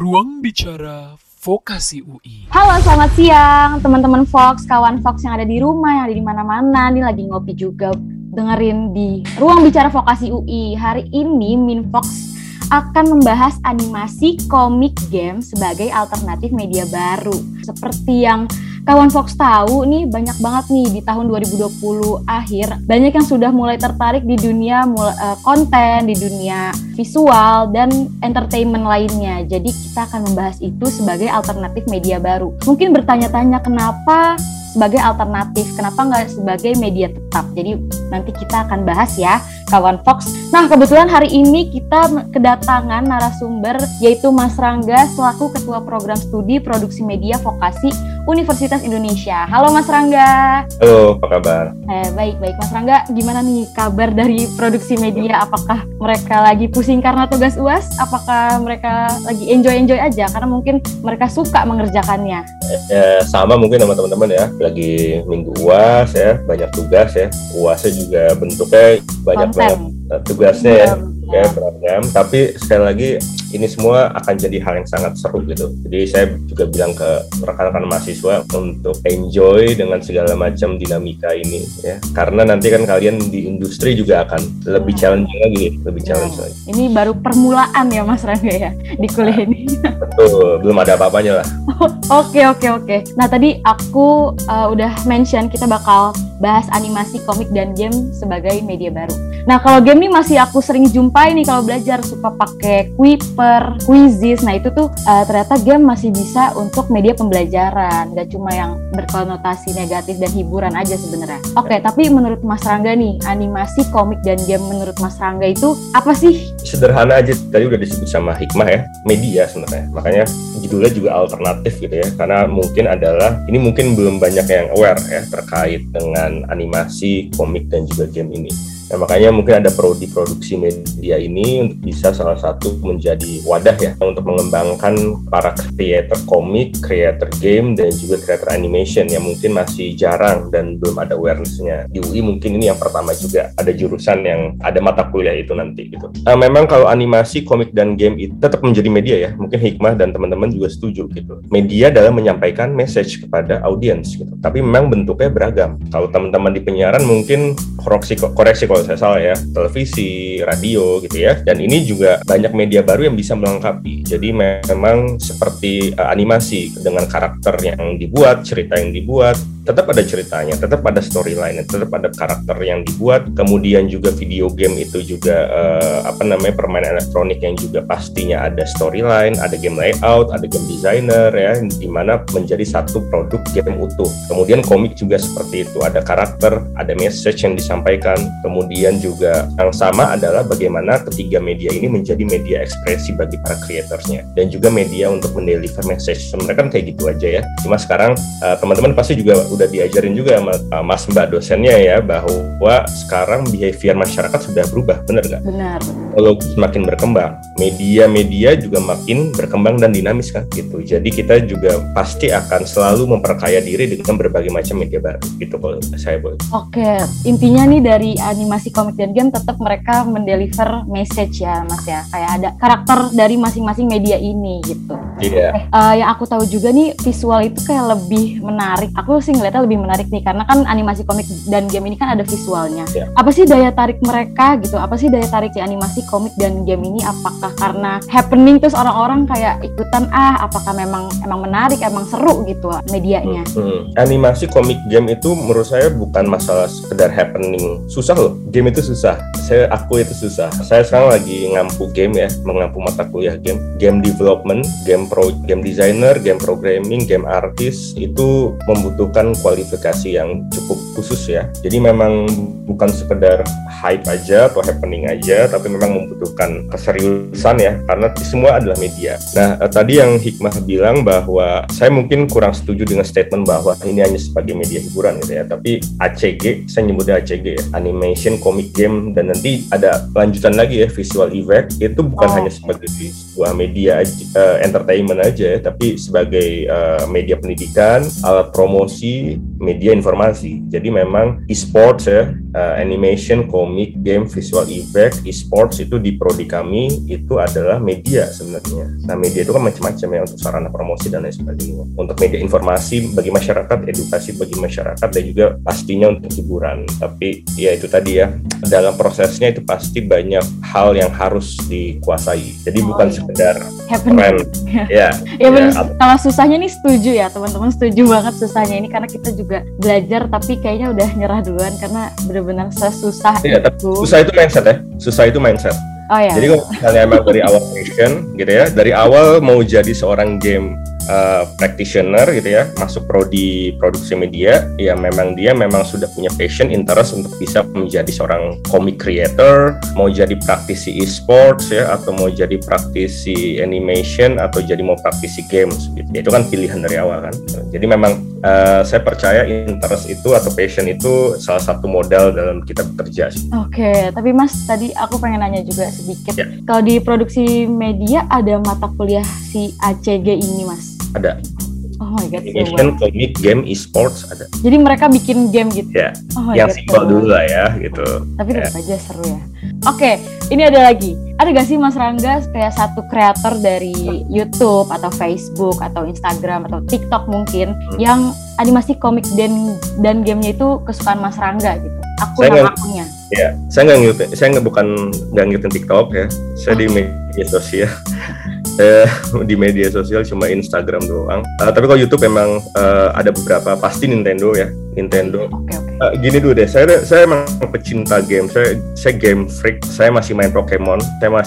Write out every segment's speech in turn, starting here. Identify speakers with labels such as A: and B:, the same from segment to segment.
A: Ruang Bicara Vokasi UI.
B: Halo, selamat siang teman-teman Vox, kawan Vox yang ada di rumah, yang ada di mana-mana. Nih lagi ngopi juga, dengerin di Ruang Bicara Vokasi UI. Hari ini Minvox akan membahas animasi komik game sebagai alternatif media baru. Seperti yang kawan Vox tahu nih, banyak banget nih di tahun 2020 akhir, banyak yang sudah mulai tertarik di dunia konten, di dunia visual, dan entertainment lainnya. Jadi kita akan membahas itu sebagai alternatif media baru. Mungkin bertanya-tanya kenapa sebagai alternatif, kenapa nggak sebagai media tetap. Jadi nanti kita akan bahas ya, kawan Vox. Nah, kebetulan hari ini kita kedatangan narasumber, yaitu Mas Rangga selaku Ketua Program Studi Produksi Media Vokasi Universitas Indonesia. Halo Mas Rangga.
C: Halo, apa kabar?
B: Baik. Mas Rangga, gimana nih kabar dari produksi media? Apakah mereka lagi pusing karena tugas UAS? Apakah mereka lagi enjoy aja? Karena mungkin mereka suka mengerjakannya.
C: Sama mungkin sama teman-teman ya. Lagi minggu UAS ya, banyak tugas ya. UASnya juga bentuknya banyak banget tugasnya ya program. Tapi sekali lagi ini semua akan jadi hal yang sangat seru gitu. Jadi saya juga bilang ke rekan-rekan mahasiswa untuk enjoy dengan segala macam dinamika ini ya. Karena nanti kan kalian di industri juga akan lebih challenging lagi, challenge lagi.
B: Ini baru permulaan ya Mas Rangga ya di kuliah ini.
C: Betul, belum ada apa-apanya lah.
B: Oke. Nah tadi aku udah mention kita bakal bahas animasi komik dan game sebagai media baru. Nah kalau game nih masih aku sering jumpai nih kalau belajar, suka pakai Kuiper, Quizizz. Nah itu tuh ternyata game masih bisa untuk media pembelajaran, gak cuma yang berkonotasi negatif dan hiburan aja sebenarnya. Oke, tapi menurut Mas Rangga nih, animasi komik dan game menurut Mas Rangga itu apa sih?
C: Sederhana aja, tadi udah disebut sama Hikmah ya, media sebenarnya. Makanya judulnya juga alternatif gitu ya, karena mungkin belum banyak yang aware ya terkait dengan animasi, komik dan juga game ini. Nah, makanya mungkin ada prodi produksi media ini untuk bisa salah satu menjadi wadah ya untuk mengembangkan para creator komik, creator game, dan juga creator animation yang mungkin masih jarang dan belum ada awareness-nya. Di UI mungkin ini yang pertama juga ada jurusan yang ada mata kuliah itu nanti gitu. Nah, memang kalau animasi, komik, dan game itu tetap menjadi media ya. Mungkin Hikmah dan teman-teman juga setuju gitu. Media dalam menyampaikan message kepada audiens gitu. Tapi memang bentuknya beragam. Kalau teman-teman di penyiaran mungkin koreksi kalau saya salah ya, televisi, radio gitu ya. Dan ini juga banyak media baru yang bisa melengkapi. Jadi memang seperti animasi dengan karakter yang dibuat, cerita yang dibuat, tetap ada ceritanya, tetap ada storyline, tetap ada karakter yang dibuat. Kemudian juga video game itu juga permainan elektronik yang juga pastinya ada storyline, ada game layout, ada game designer ya, di mana menjadi satu produk game utuh. Kemudian komik juga seperti itu, ada karakter, ada message yang disampaikan. Kemudian juga yang sama adalah bagaimana ketiga media ini menjadi media ekspresi bagi para creatorsnya dan juga media untuk mendeliver message. Sebenarnya kan kayak gitu aja ya. Cuma sekarang teman-teman pasti juga udah diajarin juga sama Mas Mbak dosennya ya, bahwa sekarang behavior masyarakat sudah berubah, benar nggak?
B: Benar.
C: Kalau semakin berkembang, media juga makin berkembang dan dinamis kan gitu. Jadi kita juga pasti akan selalu memperkaya diri dengan berbagai macam media baru gitu kalau saya boleh.
B: Oke, intinya nih dari animasi komik dan game tetap mereka mendeliver message ya Mas ya. Kayak ada karakter dari masing-masing media ini gitu.
C: Iya.
B: Yang aku tahu juga nih visual itu kayak lebih menarik. Aku sih ngeliatnya lebih menarik nih karena kan animasi komik dan game ini kan ada visualnya.
C: Yeah.
B: Apa sih daya tarik mereka gitu? Apa sih daya tarik si animasi komik dan game ini? Apakah karena happening terus orang-orang kayak ikutan apakah memang menarik, emang seru gitu medianya?
C: Animasi komik game itu menurut saya bukan masalah sekedar happening. Susah loh. Game itu susah. Saya akui itu susah. Saya sekarang lagi ngampu game ya, mengampu mata kuliah game development, game designer, game programming, game artist itu membutuhkan kualifikasi yang cukup khusus ya. Jadi memang bukan sekedar hype aja atau happening aja, tapi memang membutuhkan keseriusan ya, karena semua adalah media. Nah, tadi yang Hikmah bilang bahwa saya mungkin kurang setuju dengan statement bahwa ini hanya sebagai media hiburan gitu ya, tapi ACG, saya nyebutnya ACG ya, animation, comic game, dan nanti ada lanjutan lagi ya, visual effect, itu bukan hanya sebagai sebuah media entertainment aja ya, tapi sebagai media pendidikan, alat promosi, media informasi. Jadi memang e-sports ya, animation, komik, game, visual effect, e-sports itu di prodi kami itu adalah media sebenarnya. Nah, media itu kan macam-macam ya, untuk sarana promosi dan lain sebagainya. Untuk media informasi bagi masyarakat, edukasi bagi masyarakat, dan juga pastinya untuk hiburan. Tapi ya itu tadi ya, dalam prosesnya itu pasti banyak hal yang harus dikuasai. Jadi bukan sekedar keren. Ya
B: benar. Kalau susahnya nih setuju ya teman-teman, setuju banget susahnya ini, karena kita juga belajar tapi kayaknya udah nyerah duluan karena benar-benar sesusah itu.
C: Susah itu mindset ya. Susah itu mindset.
B: Oh ya.
C: Jadi kalau misalnya emang dari awal passion gitu ya, dari awal mau jadi seorang game practitioner gitu ya, masuk prodi produksi media, ya memang dia memang sudah punya passion, interest untuk bisa menjadi seorang comic creator, mau jadi praktisi e-sports ya, atau mau jadi praktisi animation, atau jadi mau praktisi games gitu. Ya, itu kan pilihan dari awal kan. Jadi memang saya percaya interest itu atau passion itu salah satu modal dalam kita bekerja sih.
B: Oke, tapi Mas tadi aku pengen nanya juga sedikit.
C: Ya.
B: Kalau di produksi media ada mata kuliah si ACG ini Mas?
C: Ada.
B: Oh my god.
C: Animation, komik, game, e-sports ada.
B: Jadi mereka bikin game gitu.
C: Ya.
B: Oh my
C: yang
B: god,
C: simpel dulu lah ya gitu.
B: Tapi tetap aja seru ya. Oke, ini ada lagi. Ada gak sih Mas Rangga kayak satu kreator dari YouTube atau Facebook atau Instagram atau TikTok mungkin yang animasi komik dan gamenya itu kesukaan Mas Rangga gitu? Akunnya.
C: Ya, saya nggak ngikutin TikTok ya. Saya di media sosial. Di media sosial cuma Instagram doang. Tapi kalau YouTube memang ada beberapa, pasti Nintendo ya. Nintendo.
B: Oke.
C: Gini dulu deh, saya emang pecinta game. Saya game freak. Saya masih main Pokemon.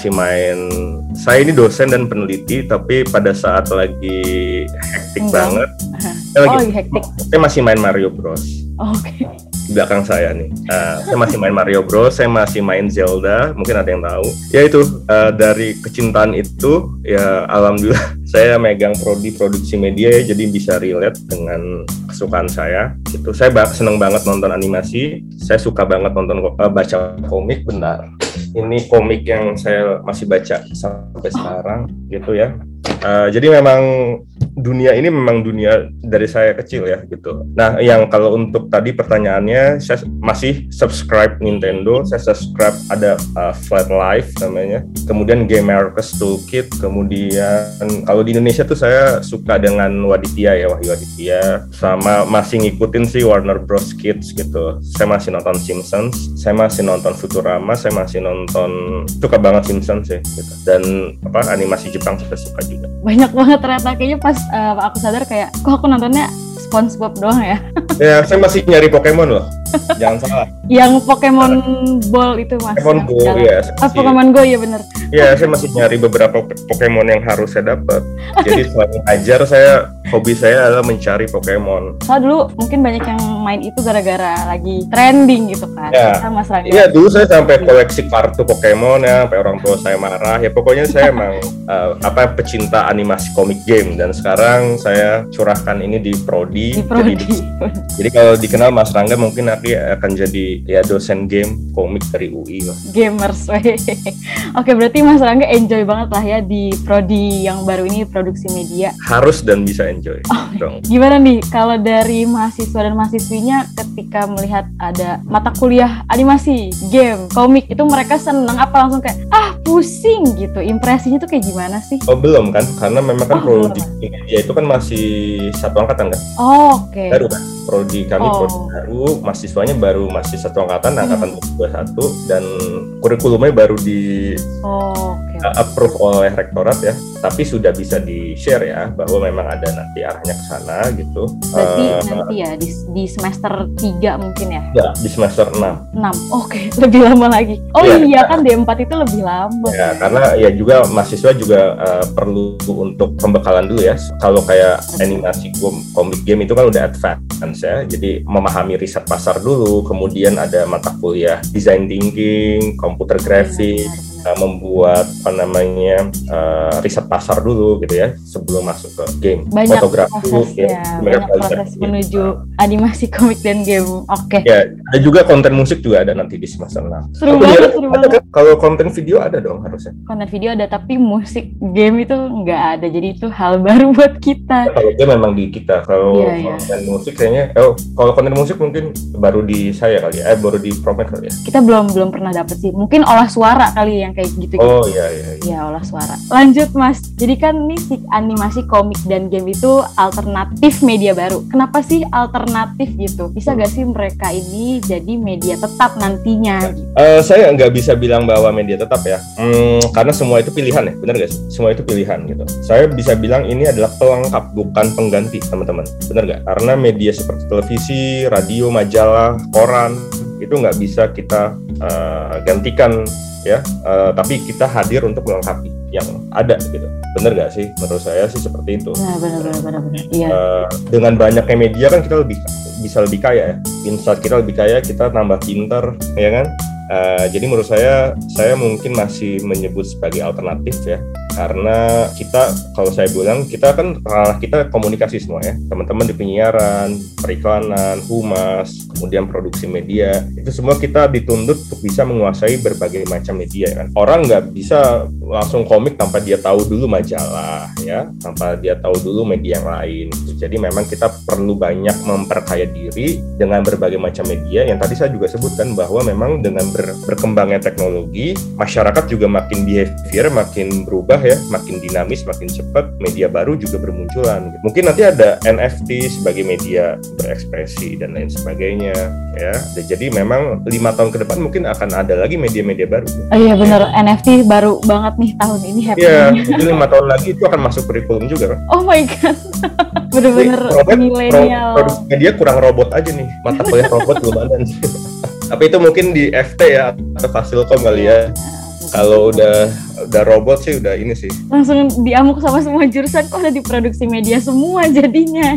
C: Saya ini dosen dan peneliti, tapi pada saat lagi hektik banget.
B: Lagi hektik.
C: Saya masih main Mario Bros.
B: Oke.
C: Di belakang saya nih, saya masih main Mario Bros, saya masih main Zelda, mungkin ada yang tahu. Ya itu, dari kecintaan itu, ya alhamdulillah saya megang prodi produksi media ya, jadi bisa relate dengan kesukaan saya. Itu saya seneng banget nonton animasi, saya suka banget baca komik. Benar, ini komik yang saya masih baca sampai sekarang gitu ya. Jadi memang dunia ini memang dunia dari saya kecil ya gitu. Nah, yang kalau untuk tadi pertanyaannya, saya masih subscribe Nintendo, saya subscribe ada Flat Life namanya, kemudian Game Maker's Toolkit, kemudian kalau di Indonesia tuh saya suka dengan Waditya ya, Wahyu Aditya, sama masih ngikutin sih Warner Bros Kids gitu. Saya masih nonton Simpsons, saya masih nonton Futurama, saya masih suka banget Simpsons sih gitu. Dan animasi Jepang saya suka juga.
B: Banyak banget ternyata, kayaknya pas aku sadar kayak kok aku nontonnya SpongeBob doang ya.
C: Ya, saya masih nyari Pokemon loh. Jangan salah.
B: Yang Pokemon Ball itu Mas.
C: Pokemon Go ya.
B: Pokemon Go ya bener.
C: Ya, saya masih nyari beberapa Pokemon yang harus saya dapat. Jadi selain ajar, hobi saya adalah mencari Pokemon.
B: Soalnya dulu mungkin banyak yang main itu gara-gara lagi trending gitu kan.
C: Ya.
B: Mas Rangga.
C: Iya, dulu saya sampai koleksi kartu Pokemon ya, sampai orang tua saya marah. Ya pokoknya saya emang pecinta animasi komik game, dan sekarang saya curahkan ini di prodi. Jadi kalau dikenal Mas Rangga mungkin nanti akan jadi ya dosen game komik dari UI lah.
B: Gamers. Oke, berarti Mas Rangga enjoy banget lah ya di prodi yang baru ini, produksi media.
C: Harus dan bisa enjoy.
B: Gimana nih kalau dari mahasiswa dan mahasiswinya ketika melihat ada mata kuliah animasi, game, komik, itu mereka seneng apa langsung kayak pusing gitu? Impresinya tuh kayak gimana sih?
C: Oh, belum kan? Karena memang kan prodi media itu kan masih satu angkatan kan?
B: Oke.
C: Baru kan? Prodi kami prodi baru, mahasiswanya baru masih satu angkatan 2021, dan kurikulumnya baru di approve oleh rektorat ya, tapi sudah bisa di-share ya bahwa memang ada nanti arahnya ke sana gitu.
B: Berarti nanti ya di semester 3 mungkin ya?
C: Ya, di semester 6.
B: Oke, lebih lama lagi. Iya kan D4 itu lebih lama.
C: Ya, karena ya juga mahasiswa juga perlu untuk pembekalan dulu ya. Kalau kayak animasi komik game itu kan udah advance ya, jadi memahami riset pasar dulu, kemudian ada mata kuliah design thinking, computer graphics, membuat riset pasar dulu gitu ya sebelum masuk ke game.
B: Banyak
C: Fotografi
B: proses banyak proses menuju animasi, komik dan game. Oke.
C: Ya, ada juga konten musik juga ada nanti di semester 6.
B: Seru banget.
C: Kan? Kalau konten video ada dong harusnya.
B: Konten video ada, tapi musik game itu nggak ada. Jadi itu hal baru buat kita.
C: Kalau game memang di kita. Kalau konten musik kayaknya, kalau konten musik mungkin baru di saya kali ya, baru di Promed kali ya.
B: Kita belum pernah dapet sih. Mungkin olah suara kali yang kayak gitu.
C: Oh iya.
B: Ya, olah suara. Lanjut Mas. Jadi kan nih animasi, komik dan game itu alternatif media baru. Kenapa sih alternatif gitu? Bisa gak sih mereka ini jadi media tetap nantinya? Gitu?
C: Saya nggak bisa bilang bahwa media tetap ya, karena semua itu pilihan ya, benar gak sih? Semua itu pilihan gitu. Saya bisa bilang ini adalah pelengkap, bukan pengganti, teman-teman. Benar gak? Karena media seperti televisi, radio, majalah, koran itu nggak bisa kita gantikan ya, tapi kita hadir untuk melengkapi yang ada gitu. Bener gak sih? Menurut saya sih seperti itu.
B: Nah, benar. Iya.
C: Dengan banyaknya media kan kita bisa lebih kaya ya. Insight kita lebih kaya, kita tambah pinter, ya kan? Jadi menurut saya mungkin masih menyebut sebagai alternatif ya, karena kita, kalau saya bilang, kita kan ranah kita komunikasi semua ya, teman-teman di penyiaran, periklanan, humas, kemudian produksi media, itu semua kita dituntut untuk bisa menguasai berbagai macam media kan. Orang nggak bisa langsung komik tanpa dia tahu dulu majalah ya, tanpa dia tahu dulu media yang lain. Jadi memang kita perlu banyak memperkaya diri dengan berbagai macam media yang tadi saya juga sebutkan, bahwa memang dengan berkembangnya teknologi, masyarakat juga makin behavior, makin berubah ya, makin dinamis, makin cepat, media baru juga bermunculan. Mungkin nanti ada NFT sebagai media berekspresi dan lain sebagainya ya. Jadi memang 5 tahun ke depan mungkin akan ada lagi media-media baru.
B: Oh iya benar, NFT baru banget nih tahun ini happening.
C: Iya, mungkin 5 tahun lagi itu akan masuk kurikulum juga kan.
B: Oh my god. Bener-bener milenial.
C: Produksi media kurang robot aja nih, mata kuliah robot belum ada nih. Tapi itu mungkin di FT ya atau Fasilkom kali ya. Kalau udah robot sih udah ini sih.
B: Langsung diamuk sama semua jurusan, kok udah diproduksi media semua jadinya.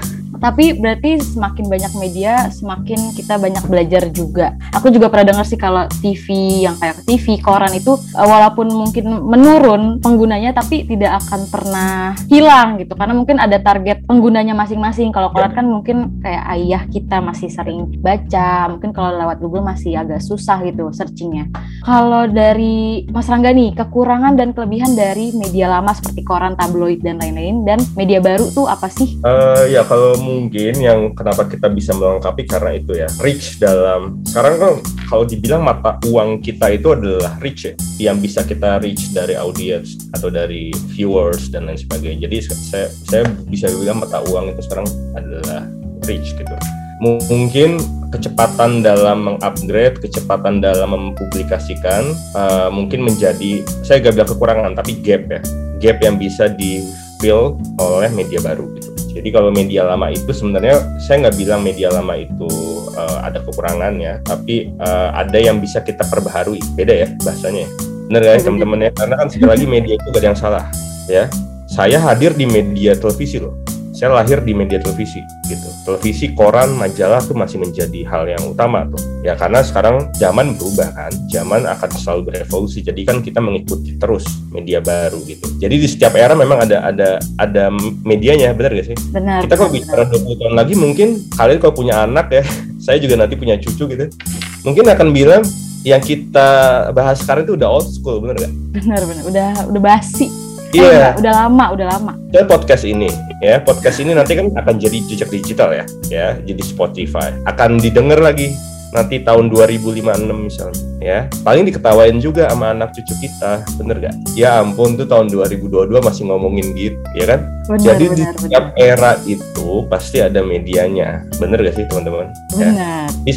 B: Tapi berarti semakin banyak media, semakin kita banyak belajar juga. Aku juga pernah dengar sih kalau TV, yang kayak TV, koran itu walaupun mungkin menurun penggunanya, tapi tidak akan pernah hilang gitu. Karena mungkin ada target penggunanya masing-masing. Kalau koran kan mungkin kayak ayah kita masih sering baca, mungkin kalau lewat Google masih agak susah gitu searchingnya. Kalau dari Mas Rangga nih, kekurangan dan kelebihan dari media lama seperti koran, tabloid, dan lain-lain, dan media baru tuh apa sih?
C: Ya kalau mungkin yang kenapa kita bisa melengkapi karena itu ya, reach dalam, sekarang kan kalau dibilang mata uang kita itu adalah reach ya, yang bisa kita reach dari audience atau dari viewers dan lain sebagainya. Jadi saya bisa bilang mata uang itu sekarang adalah reach gitu. Mungkin kecepatan dalam mengupgrade, kecepatan dalam mempublikasikan mungkin menjadi, saya gak bilang kekurangan, tapi gap yang bisa di-fill oleh media baru gitu. Jadi kalau media lama itu sebenarnya saya nggak bilang media lama itu ada kekurangannya, tapi ada yang bisa kita perbaharui. Beda ya bahasanya. Benar ya teman-teman ya? Karena kan sekali lagi media itu gak ada yang salah ya. Saya hadir di media televisi loh. Saya lahir di media televisi gitu. Televisi, koran, majalah tuh masih menjadi hal yang utama tuh. Ya karena sekarang zaman berubah kan. Zaman akan selalu berevolusi. Jadi kan kita mengikuti terus media baru gitu. Jadi di setiap era memang ada medianya, benar gak sih?
B: Benar.
C: Kita kalau bicara 20 tahun lagi mungkin kalian kalau punya anak ya, saya juga nanti punya cucu gitu. Mungkin akan bilang yang kita bahas sekarang itu udah old school, benar gak?
B: Benar. Udah basi.
C: Iya.
B: Udah lama.
C: Dan podcast ini nanti kan akan jadi jejak digital ya, jadi Spotify. Akan didengar lagi nanti tahun 2056 misalnya, ya. Paling diketawain juga sama anak cucu kita, bener gak? Ya ampun tuh tahun 2022 masih ngomongin gitu, ya kan? Jadi di setiap era itu pasti ada medianya, bener gak sih teman-teman?
B: Benar.
C: Ya? Jadi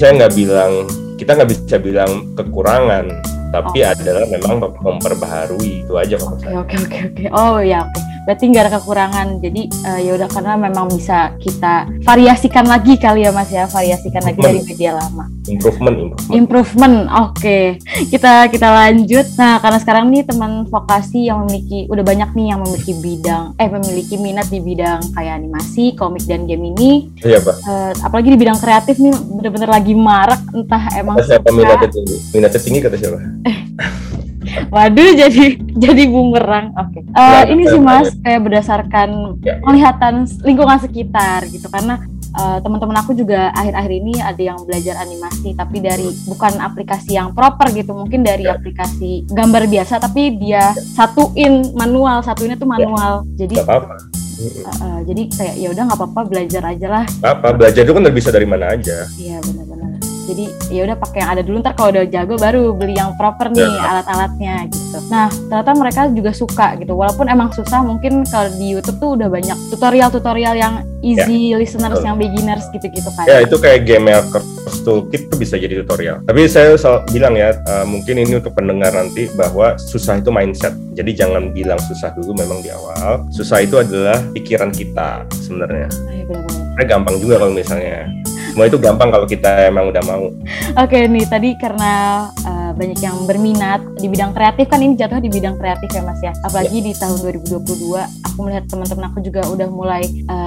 C: kita nggak bisa bilang kekurangan, tapi adalah memang memperbaharui, itu aja kalau saya.
B: Oke. Oh ya, oke. Berarti nggak ada kekurangan. Jadi ya udah, karena memang bisa kita variasikan lagi kali ya Mas ya, variasikan lagi dari media lama. Improvement. Oke. Kita lanjut. Nah, karena sekarang nih teman vokasi yang udah banyak nih yang memiliki minat di bidang kayak animasi, komik dan game ini.
C: Iya, Pak.
B: Apalagi di bidang kreatif nih bener-bener lagi marak, entah emang
C: siapa minatnya tinggi kata siapa?
B: Waduh, jadi bumerang. Oke. Ini sih Mas, kayak berdasarkan penglihatan lingkungan sekitar gitu, karena teman-teman aku juga akhir-akhir ini ada yang belajar animasi tapi dari bukan aplikasi yang proper gitu, mungkin dari aplikasi gambar biasa tapi dia satuinnya tuh manual. Jadi
C: Gak apa-apa.
B: jadi kayak ya udah nggak apa-apa, belajar aja lah.
C: Belajar itu kan bisa dari mana aja.
B: Iya, benar-benar. Jadi ya udah pakai yang ada dulu, ntar kalau udah jago baru beli yang proper nih alat-alatnya gitu. Nah, ternyata mereka juga suka gitu. Walaupun emang susah, mungkin kalau di YouTube tuh udah banyak tutorial-tutorial yang easy listeners, yang beginners gitu-gitu kan.
C: Ya, itu kayak Game Maker's Toolkit tuh bisa jadi tutorial. Tapi saya bilang ya, mungkin ini untuk pendengar nanti, bahwa susah itu mindset. Jadi jangan bilang susah dulu memang di awal. Susah itu adalah pikiran kita sebenarnya.
B: Iya, benar-benar.
C: Karena gampang juga kalau misalnya. Semua itu gampang kalau kita emang udah mau.
B: Oke nih, tadi karena banyak yang berminat di bidang kreatif, kan ini jatuhnya di bidang kreatif ya Mas ya. Apalagi di tahun 2022, aku melihat teman-teman aku juga udah mulai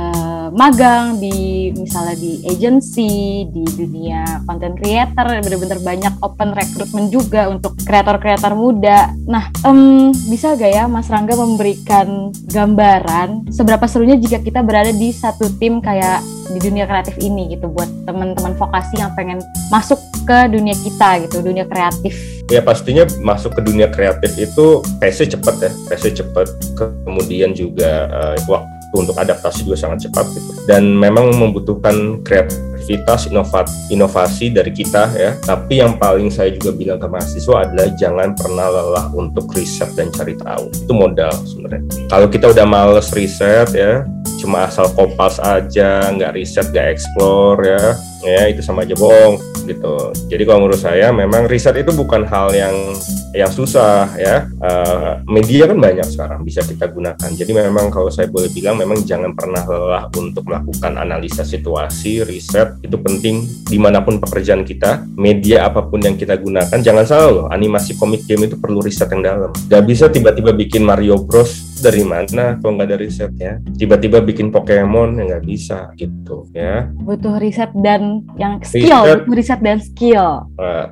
B: magang di misalnya di agency, di dunia content creator, bener-bener banyak open recruitment juga untuk kreator-kreator muda. Nah, bisa gak ya Mas Rangga memberikan gambaran seberapa serunya jika kita berada di satu tim kayak di dunia kreatif ini gitu, buat teman-teman vokasi yang pengen masuk ke dunia kita gitu, dunia kreatif.
C: Ya pastinya masuk ke dunia kreatif itu pace cepat ya, kemudian juga waktu untuk adaptasi juga sangat cepat gitu. Dan memang membutuhkan kreativitas, inovasi dari kita ya. Tapi yang paling saya juga bilang ke mahasiswa adalah jangan pernah lelah untuk riset dan cari tahu. Itu modal sebenarnya. Kalau kita udah males riset ya, cuma asal kopas aja, nggak riset, nggak explore ya itu sama aja bohong gitu. Jadi kalau menurut saya memang riset itu bukan hal yang susah ya. Media kan banyak sekarang bisa kita gunakan. Jadi memang kalau saya boleh bilang, memang jangan pernah lelah untuk melakukan analisa situasi, riset itu penting dimanapun pekerjaan kita. Media apapun yang kita gunakan, jangan salah loh, animasi komik game itu perlu riset yang dalam. Gak bisa tiba-tiba bikin Mario Bros dari mana kalau nggak ada riset ya. Tiba-tiba bikin Pokemon ya nggak bisa gitu ya.
B: Butuh riset dan yang skill, riset dan skill.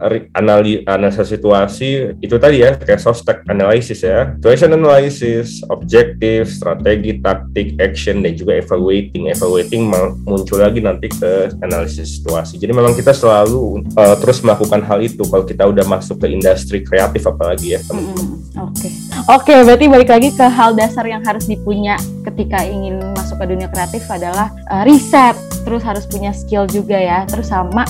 C: Analisa situasi itu tadi ya, kayak SOSTEC analysis ya, situation analysis, objektif, strategi, taktik, action, dan juga evaluating muncul lagi nanti ke analisis situasi. Jadi memang kita selalu terus melakukan hal itu kalau kita udah masuk ke industri kreatif apalagi ya.
B: Oke, berarti balik lagi ke hal dasar yang harus dipunya ketika ingin masuk ke dunia kreatif adalah riset, terus harus punya skill juga ya, terus sama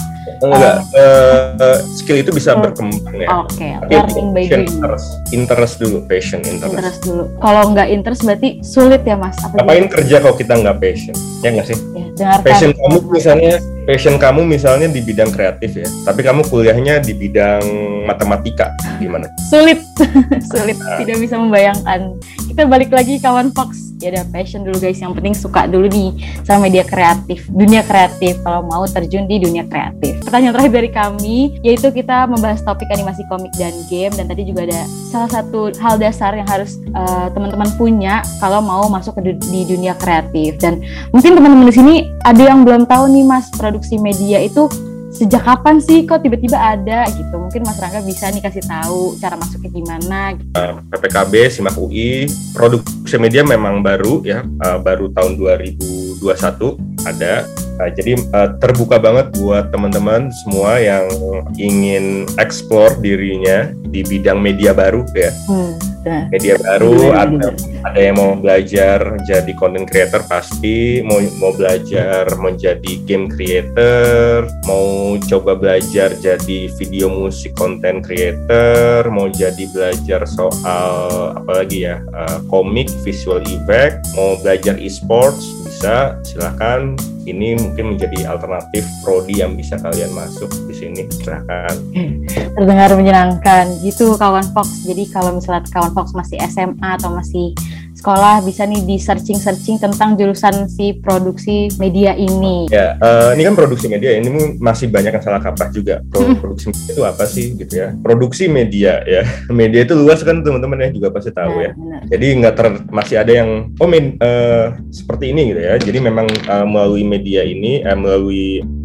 C: skill itu bisa berkembang ya.
B: Learning by doing.
C: Interest dulu.
B: Kalau nggak interest berarti sulit ya Mas.
C: Ngapain kerja kalau kita nggak passion? Ya nggak sih?
B: Ya,
C: passion kamu misalnya di bidang kreatif ya, tapi kamu kuliahnya di bidang matematika, gimana?
B: Sulit. Tidak bisa membayangkan. Kita balik lagi kawan Fox. Ya udah, passion dulu guys, yang penting suka dulu nih sama media kreatif, dunia kreatif kalau mau terjun di dunia kreatif. Pertanyaan terakhir dari kami, yaitu kita membahas topik animasi komik dan game, dan tadi juga ada salah satu hal dasar yang harus teman-teman punya kalau mau masuk di dunia kreatif. Dan mungkin teman-teman di sini ada yang belum tahu nih Mas, produksi media itu sejak kapan sih kok tiba-tiba ada gitu. Mungkin Mas Rangga bisa nih kasih tahu cara masuknya gimana gitu.
C: PPKB, SIMAK UI, produksi media memang baru ya, baru tahun 2021 ada. Jadi terbuka banget buat teman-teman semua yang ingin explore dirinya di bidang media baru ya. Media baru, ada yang mau belajar jadi content creator, pasti mau belajar menjadi game creator, mau coba belajar jadi video musik content creator, mau jadi belajar soal apalagi ya, komik, visual effect, mau belajar e-sports, bisa, silakan. Ini mungkin menjadi alternatif prodi yang bisa kalian masuk di sini, silakan.
B: Terdengar menyenangkan gitu kawan Fox. Jadi kalau misalnya kawan Fox masih SMA atau masih sekolah, bisa nih di searching tentang jurusan si produksi media ini.
C: Ya, ini kan produksi media, ini masih banyak yang salah kaprah juga. Produksi media itu apa sih gitu ya? Produksi media ya, media itu luas kan teman-teman ya, juga pasti tahu ya. Benar. Jadi masih ada yang seperti ini gitu ya. Jadi memang melalui media ini, melalui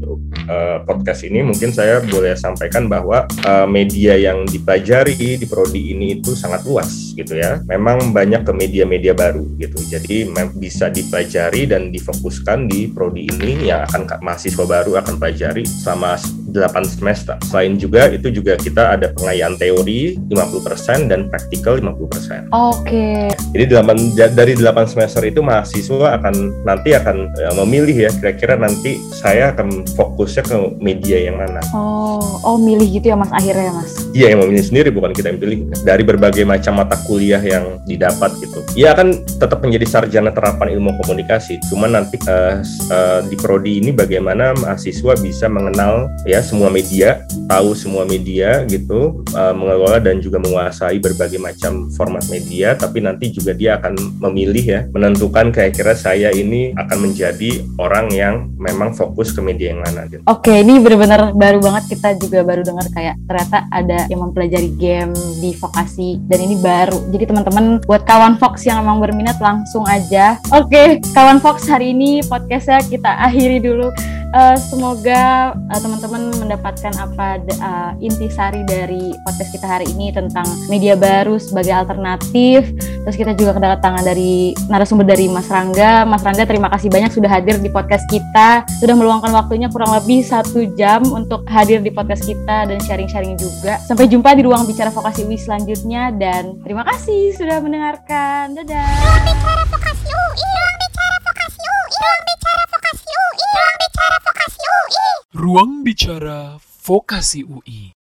C: podcast ini mungkin saya boleh sampaikan bahwa media yang dipelajari di prodi ini itu sangat luas gitu ya. Memang banyak ke media-media baru gitu. Jadi bisa dipelajari dan difokuskan di prodi ini yang akan mahasiswa baru akan pelajari selama 8 semester. Selain juga itu juga kita ada pengayaan teori 50% dan praktikal 50%.
B: Oke.
C: Jadi dari 8 semester itu mahasiswa akan memilih ya, kira-kira nanti saya akan fokusnya ke media yang mana.
B: Oh milih gitu ya Mas akhirnya Mas?
C: Iya, yang memilih sendiri, bukan kita yang pilih. Dari berbagai macam mata kuliah yang didapat gitu. Iya kan tetap menjadi sarjana terapan ilmu komunikasi. Cuman nanti di prodi ini bagaimana mahasiswa bisa mengenal ya semua media, tahu semua media gitu, mengelola dan juga menguasai berbagai macam format media, tapi nanti juga dia akan memilih ya, menentukan kira-kira saya ini akan menjadi orang yang memang fokus ke media yang mana gitu.
B: Oke, ini benar-benar baru banget, kita juga baru dengar kayak ternyata ada yang mempelajari game di vokasi dan ini baru. Jadi teman-teman buat kawan Fox yang memang berminat langsung aja. Oke, kawan Fox, hari ini podcastnya kita akhiri dulu. Semoga teman-teman mendapatkan intisari dari podcast kita hari ini tentang media baru sebagai alternatif. Terus kita juga kedatangan dari narasumber dari Mas Rangga. Mas Rangga, terima kasih banyak sudah hadir di podcast kita, sudah meluangkan waktunya kurang lebih 1 jam untuk hadir di podcast kita dan sharing-sharing juga. Sampai jumpa di Ruang Bicara Vokasi UI selanjutnya dan terima kasih sudah mendengarkan. Dadah. Ruang Bicara Vokasi UI, Ruang Bicara Vokasi UI, Ruang Bicara Vokasi UI, Ruang Bicara Vokasi UI.
A: Ruang Bicara Vokasi UI.